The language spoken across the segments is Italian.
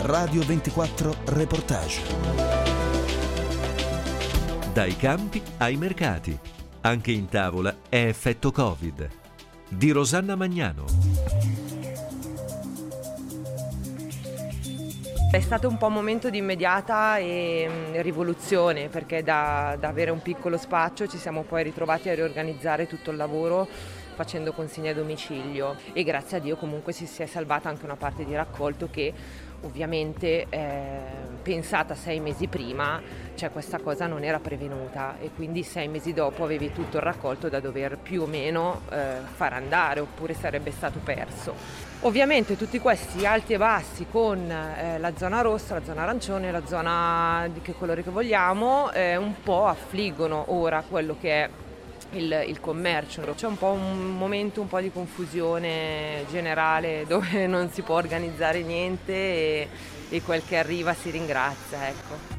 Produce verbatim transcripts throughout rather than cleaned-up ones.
Radio ventiquattro Reportage. Dai campi ai mercati, anche in tavola è effetto Covid. Di Rosanna Magnano. È stato un po' un momento di immediata e, rivoluzione, perché da, da avere un piccolo spaccio ci siamo poi ritrovati a riorganizzare tutto il lavoro facendo consegne a domicilio, e grazie a Dio comunque si, si è salvata anche una parte di raccolto che ovviamente eh, pensata sei mesi prima, cioè questa cosa non era prevenuta, e quindi sei mesi dopo avevi tutto il raccolto da dover più o meno eh, far andare, oppure sarebbe stato perso. Ovviamente tutti questi alti e bassi con eh, la zona rossa, la zona arancione, la zona di che colore che vogliamo, eh, un po' affliggono ora quello che è il, il commercio. C'è un po' un momento un po' di confusione generale dove non si può organizzare niente e, e quel che arriva si ringrazia, ecco.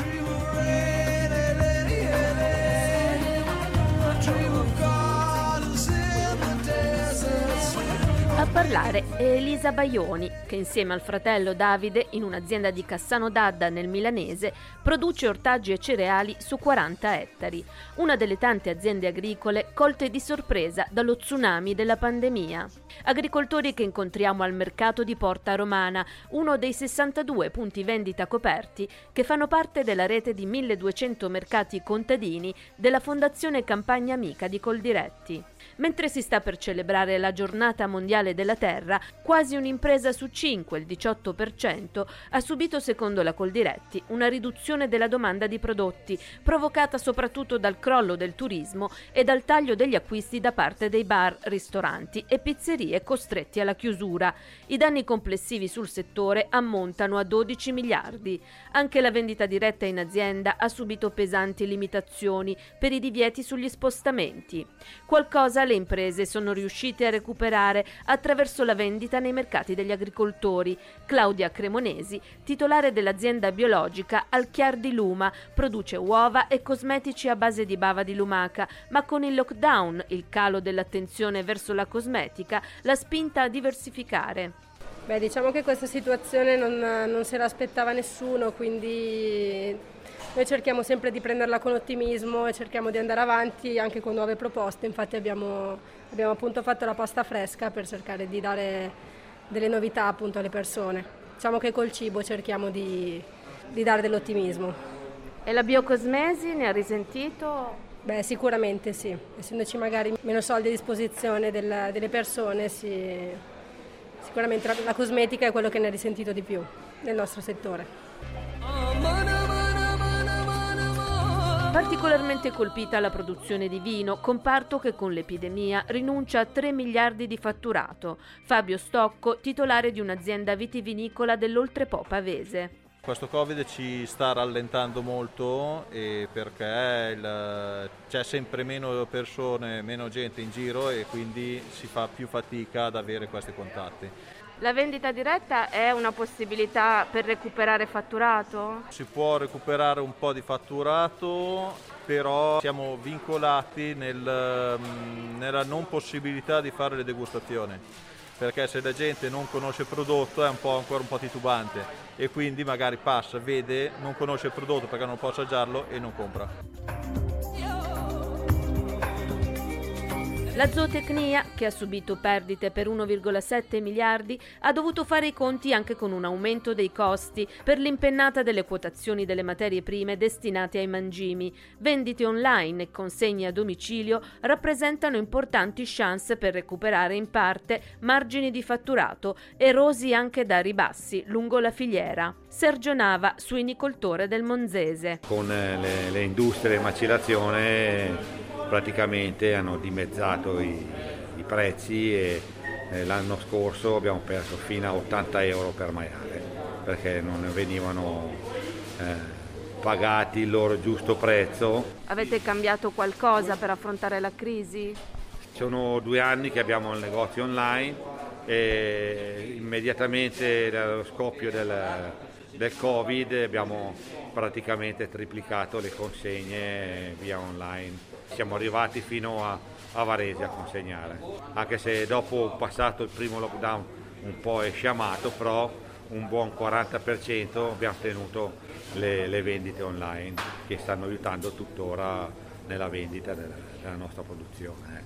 A parlare è Elisa Baioni, che insieme al fratello Davide, in un'azienda di Cassano d'Adda nel milanese, produce ortaggi e cereali su quaranta ettari, una delle tante aziende agricole colte di sorpresa dallo tsunami della pandemia. Agricoltori che incontriamo al mercato di Porta Romana, uno dei sessantadue punti vendita coperti che fanno parte della rete di milleduecento mercati contadini della Fondazione Campagna Amica di Coldiretti. Mentre si sta per celebrare la Giornata Mondiale della Terra, quasi un'impresa su cinque, il diciotto per cento, ha subito, secondo la Coldiretti, una riduzione della domanda di prodotti, provocata soprattutto dal crollo del turismo e dal taglio degli acquisti da parte dei bar, ristoranti e pizzerie costretti alla chiusura. I danni complessivi sul settore ammontano a dodici miliardi. Anche la vendita diretta in azienda ha subito pesanti limitazioni per i divieti sugli spostamenti. Qualcosa le imprese sono riuscite a recuperare attraverso la vendita nei mercati degli agricoltori. Claudia Cremonesi, titolare dell'azienda biologica Alchiar di Luma, produce uova e cosmetici a base di bava di lumaca, ma con il lockdown, il calo dell'attenzione verso la cosmetica, l'ha spinta a diversificare. Beh, diciamo che questa situazione non, non se l'aspettava nessuno, quindi noi cerchiamo sempre di prenderla con ottimismo e cerchiamo di andare avanti anche con nuove proposte. Infatti abbiamo, abbiamo appunto fatto la pasta fresca per cercare di dare delle novità appunto alle persone. Diciamo che col cibo cerchiamo di, di dare dell'ottimismo. E la biocosmesi ne ha risentito? Beh, sicuramente sì, essendoci magari meno soldi a disposizione del, delle persone, sì, sicuramente la, la cosmetica è quello che ne ha risentito di più nel nostro settore. Particolarmente colpita la produzione di vino, comparto che con l'epidemia rinuncia a tre miliardi di fatturato. Fabio Stocco, titolare di un'azienda vitivinicola dell'Oltrepo pavese. Questo Covid ci sta rallentando molto e perché il, c'è sempre meno persone, meno gente in giro e quindi si fa più fatica ad avere questi contatti. La vendita diretta è una possibilità per recuperare fatturato? Si può recuperare un po' di fatturato, però siamo vincolati nel, nella non possibilità di fare le degustazioni, perché se la gente non conosce il prodotto è un po' ancora un po' titubante e quindi magari passa, vede, non conosce il prodotto perché non può assaggiarlo e non compra. La zootecnia, che ha subito perdite per uno virgola sette miliardi, ha dovuto fare i conti anche con un aumento dei costi per l'impennata delle quotazioni delle materie prime destinate ai mangimi. Vendite online e consegne a domicilio rappresentano importanti chance per recuperare in parte margini di fatturato, erosi anche da ribassi lungo la filiera. Sergio Nava, suinicoltore del Monzese. Con le, le industrie di macellazione praticamente hanno dimezzato i, i prezzi e eh, l'anno scorso abbiamo perso fino a ottanta euro per maiale perché non venivano eh, pagati il loro giusto prezzo. Avete cambiato qualcosa per affrontare la crisi? Sono due anni che abbiamo il negozio online e immediatamente dallo scoppio del, del Covid abbiamo praticamente triplicato le consegne via online. Siamo arrivati fino a, a Varese a consegnare, anche se dopo passato il primo lockdown un po' è sciamato, però un buon quaranta per cento abbiamo tenuto le, le vendite online che stanno aiutando tuttora nella vendita della, della nostra produzione.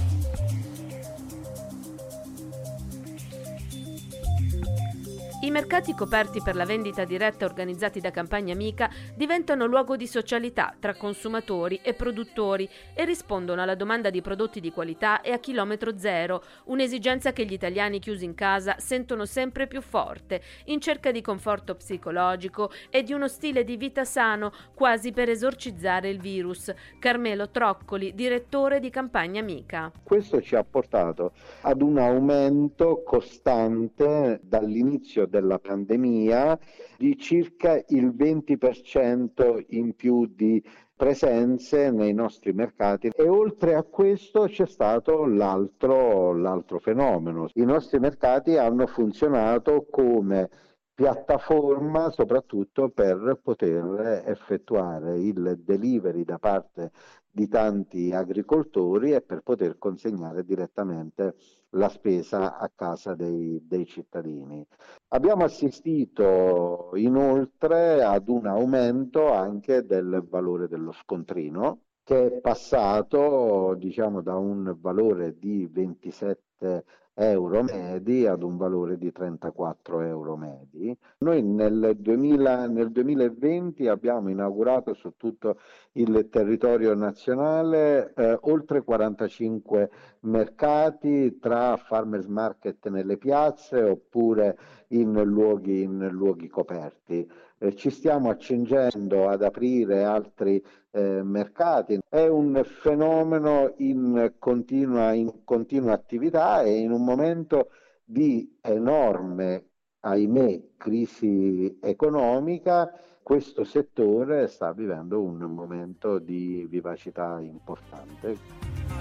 I mercati coperti per la vendita diretta organizzati da Campagna Amica diventano luogo di socialità tra consumatori e produttori e rispondono alla domanda di prodotti di qualità e a chilometro zero, un'esigenza che gli italiani chiusi in casa sentono sempre più forte, in cerca di conforto psicologico e di uno stile di vita sano, quasi per esorcizzare il virus. Carmelo Troccoli, direttore di Campagna Amica. Questo ci ha portato ad un aumento costante dall'inizio della pandemia di circa il venti per cento in più di presenze nei nostri mercati, e oltre a questo c'è stato l'altro, l'altro fenomeno. I nostri mercati hanno funzionato come piattaforma soprattutto per poter effettuare il delivery da parte di tanti agricoltori e per poter consegnare direttamente la spesa a casa dei, dei cittadini. Abbiamo assistito inoltre ad un aumento anche del valore dello scontrino, che è passato, diciamo, da un valore di ventisette euro medi ad un valore di trentaquattro euro medi. Noi nel, duemila, nel duemilaventi abbiamo inaugurato su tutto il territorio nazionale eh, oltre quarantacinque mercati tra farmers market nelle piazze oppure in luoghi, in luoghi coperti. Eh, ci stiamo accingendo ad aprire altri eh, mercati. È un fenomeno in continua, in continua attività e in un momento di enorme, ahimè, crisi economica, questo settore sta vivendo un momento di vivacità importante.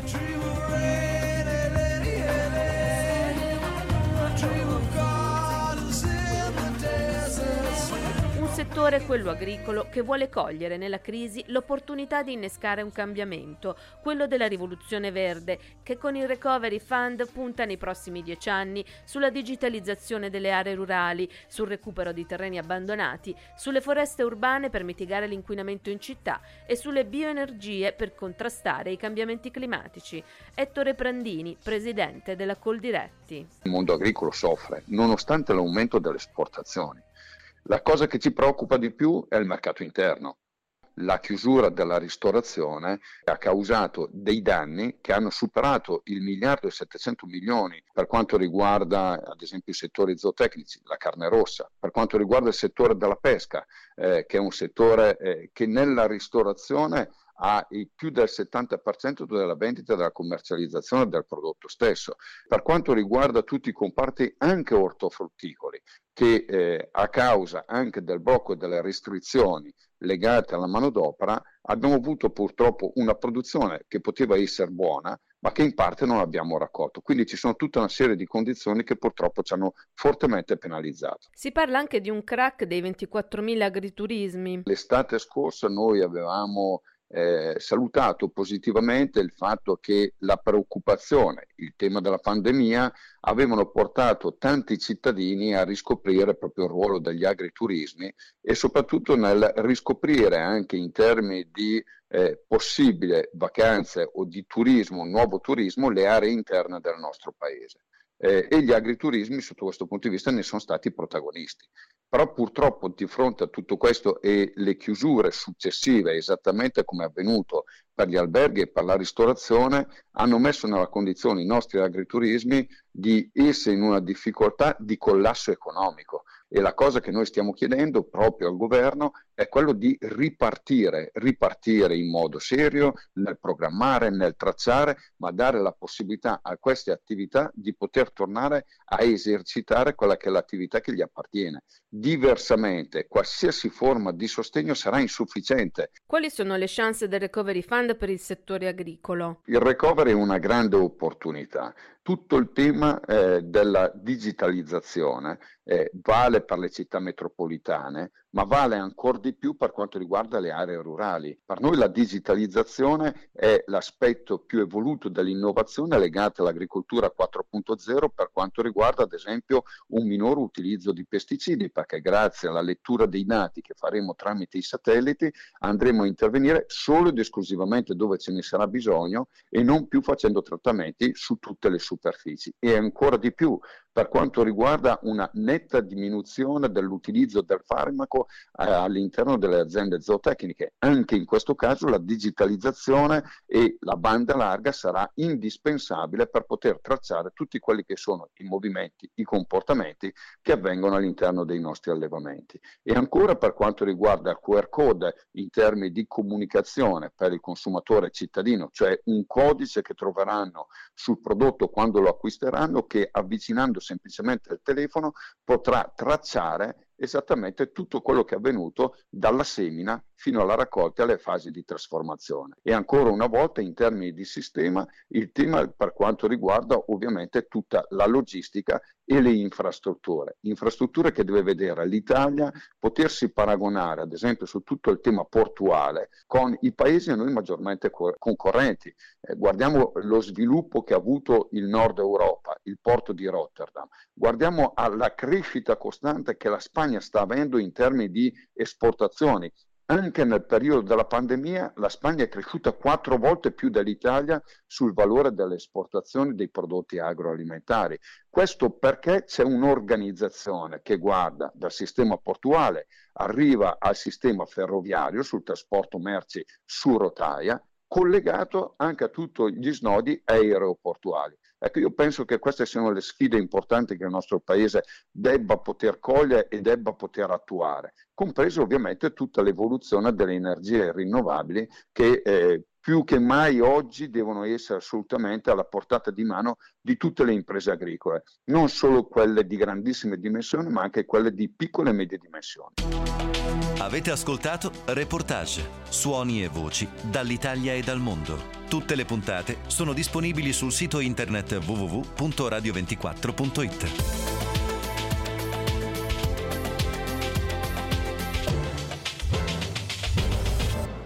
Un settore, quello agricolo, che vuole cogliere nella crisi l'opportunità di innescare un cambiamento, quello della rivoluzione verde, che con il Recovery Fund punta nei prossimi dieci anni sulla digitalizzazione delle aree rurali, sul recupero di terreni abbandonati, sulle foreste urbane per mitigare l'inquinamento in città e sulle bioenergie per contrastare i cambiamenti climatici. Ettore Prandini, presidente della Coldiretti. Il mondo agricolo soffre, nonostante l'aumento delle esportazioni. La cosa che ci preoccupa di più è il mercato interno. La chiusura della ristorazione ha causato dei danni che hanno superato il miliardo e settecento milioni per quanto riguarda ad esempio i settori zootecnici, la carne rossa, per quanto riguarda il settore della pesca, eh, che è un settore eh, che nella ristorazione ha il più del settanta per cento della vendita e della commercializzazione del prodotto stesso. Per quanto riguarda tutti i comparti anche ortofrutticoli, che eh, a causa anche del blocco e delle restrizioni legate alla manodopera abbiamo avuto purtroppo una produzione che poteva essere buona, ma che in parte non abbiamo raccolto. Quindi ci sono tutta una serie di condizioni che purtroppo ci hanno fortemente penalizzato. Si parla anche di un crack dei ventiquattromila agriturismi. L'estate scorsa noi avevamo Eh, salutato positivamente il fatto che la preoccupazione, il tema della pandemia, avevano portato tanti cittadini a riscoprire proprio il ruolo degli agriturismi e soprattutto nel riscoprire anche in termini di eh, possibile vacanze o di turismo, nuovo turismo, le aree interne del nostro paese. Eh, e gli agriturismi sotto questo punto di vista ne sono stati protagonisti. Però purtroppo di fronte a tutto questo e le chiusure successive, esattamente come è avvenuto per gli alberghi e per la ristorazione, hanno messo nella condizione i nostri agriturismi di essere in una difficoltà di collasso economico. E la cosa che noi stiamo chiedendo proprio al governo è quello di ripartire, ripartire in modo serio nel programmare, nel tracciare, ma dare la possibilità a queste attività di poter tornare a esercitare quella che è l'attività che gli appartiene. Diversamente, qualsiasi forma di sostegno sarà insufficiente. Quali sono le chance del Recovery Fund per il settore agricolo? Il recovery è una grande opportunità. Tutto il tema eh, della digitalizzazione eh, vale per le città metropolitane, ma vale ancora di più per quanto riguarda le aree rurali. Per noi la digitalizzazione è l'aspetto più evoluto dell'innovazione legata all'agricoltura quattro punto zero per quanto riguarda ad esempio un minore utilizzo di pesticidi, perché grazie alla lettura dei dati che faremo tramite i satelliti andremo a intervenire solo ed esclusivamente dove ce ne sarà bisogno e non più facendo trattamenti su tutte le superfici. E ancora di più per quanto riguarda una netta diminuzione dell'utilizzo del farmaco eh, all'interno delle aziende zootecniche. Anche in questo caso la digitalizzazione e la banda larga sarà indispensabile per poter tracciare tutti quelli che sono i movimenti, i comportamenti che avvengono all'interno dei nostri allevamenti. E ancora per quanto riguarda il Q R code in termini di comunicazione per il consumatore cittadino, cioè un codice che troveranno sul prodotto quando lo acquisteranno, che avvicinando semplicemente il telefono potrà tracciare esattamente tutto quello che è avvenuto dalla semina fino alla raccolta e alle fasi di trasformazione. E ancora una volta in termini di sistema il tema per quanto riguarda ovviamente tutta la logistica e le infrastrutture, infrastrutture che deve vedere l'Italia potersi paragonare ad esempio su tutto il tema portuale con i paesi a noi maggiormente co- concorrenti. Eh, guardiamo lo sviluppo che ha avuto il Nord Europa, il porto di Rotterdam, guardiamo alla crescita costante che la Spagna sta avendo in termini di esportazioni. Anche nel periodo della pandemia la Spagna è cresciuta quattro volte più dell'Italia sul valore delle esportazioni dei prodotti agroalimentari. Questo perché c'è un'organizzazione che guarda dal sistema portuale, arriva al sistema ferroviario sul trasporto merci su rotaia, collegato anche a tutti gli snodi aeroportuali. Ecco, io penso che queste siano le sfide importanti che il nostro Paese debba poter cogliere e debba poter attuare, compreso ovviamente tutta l'evoluzione delle energie rinnovabili che eh, più che mai oggi devono essere assolutamente alla portata di mano di tutte le imprese agricole, non solo quelle di grandissime dimensioni, ma anche quelle di piccole e medie dimensioni. Avete ascoltato Reportage, suoni e voci dall'Italia e dal mondo. Tutte le puntate sono disponibili sul sito internet w w w punto radio ventiquattro punto it.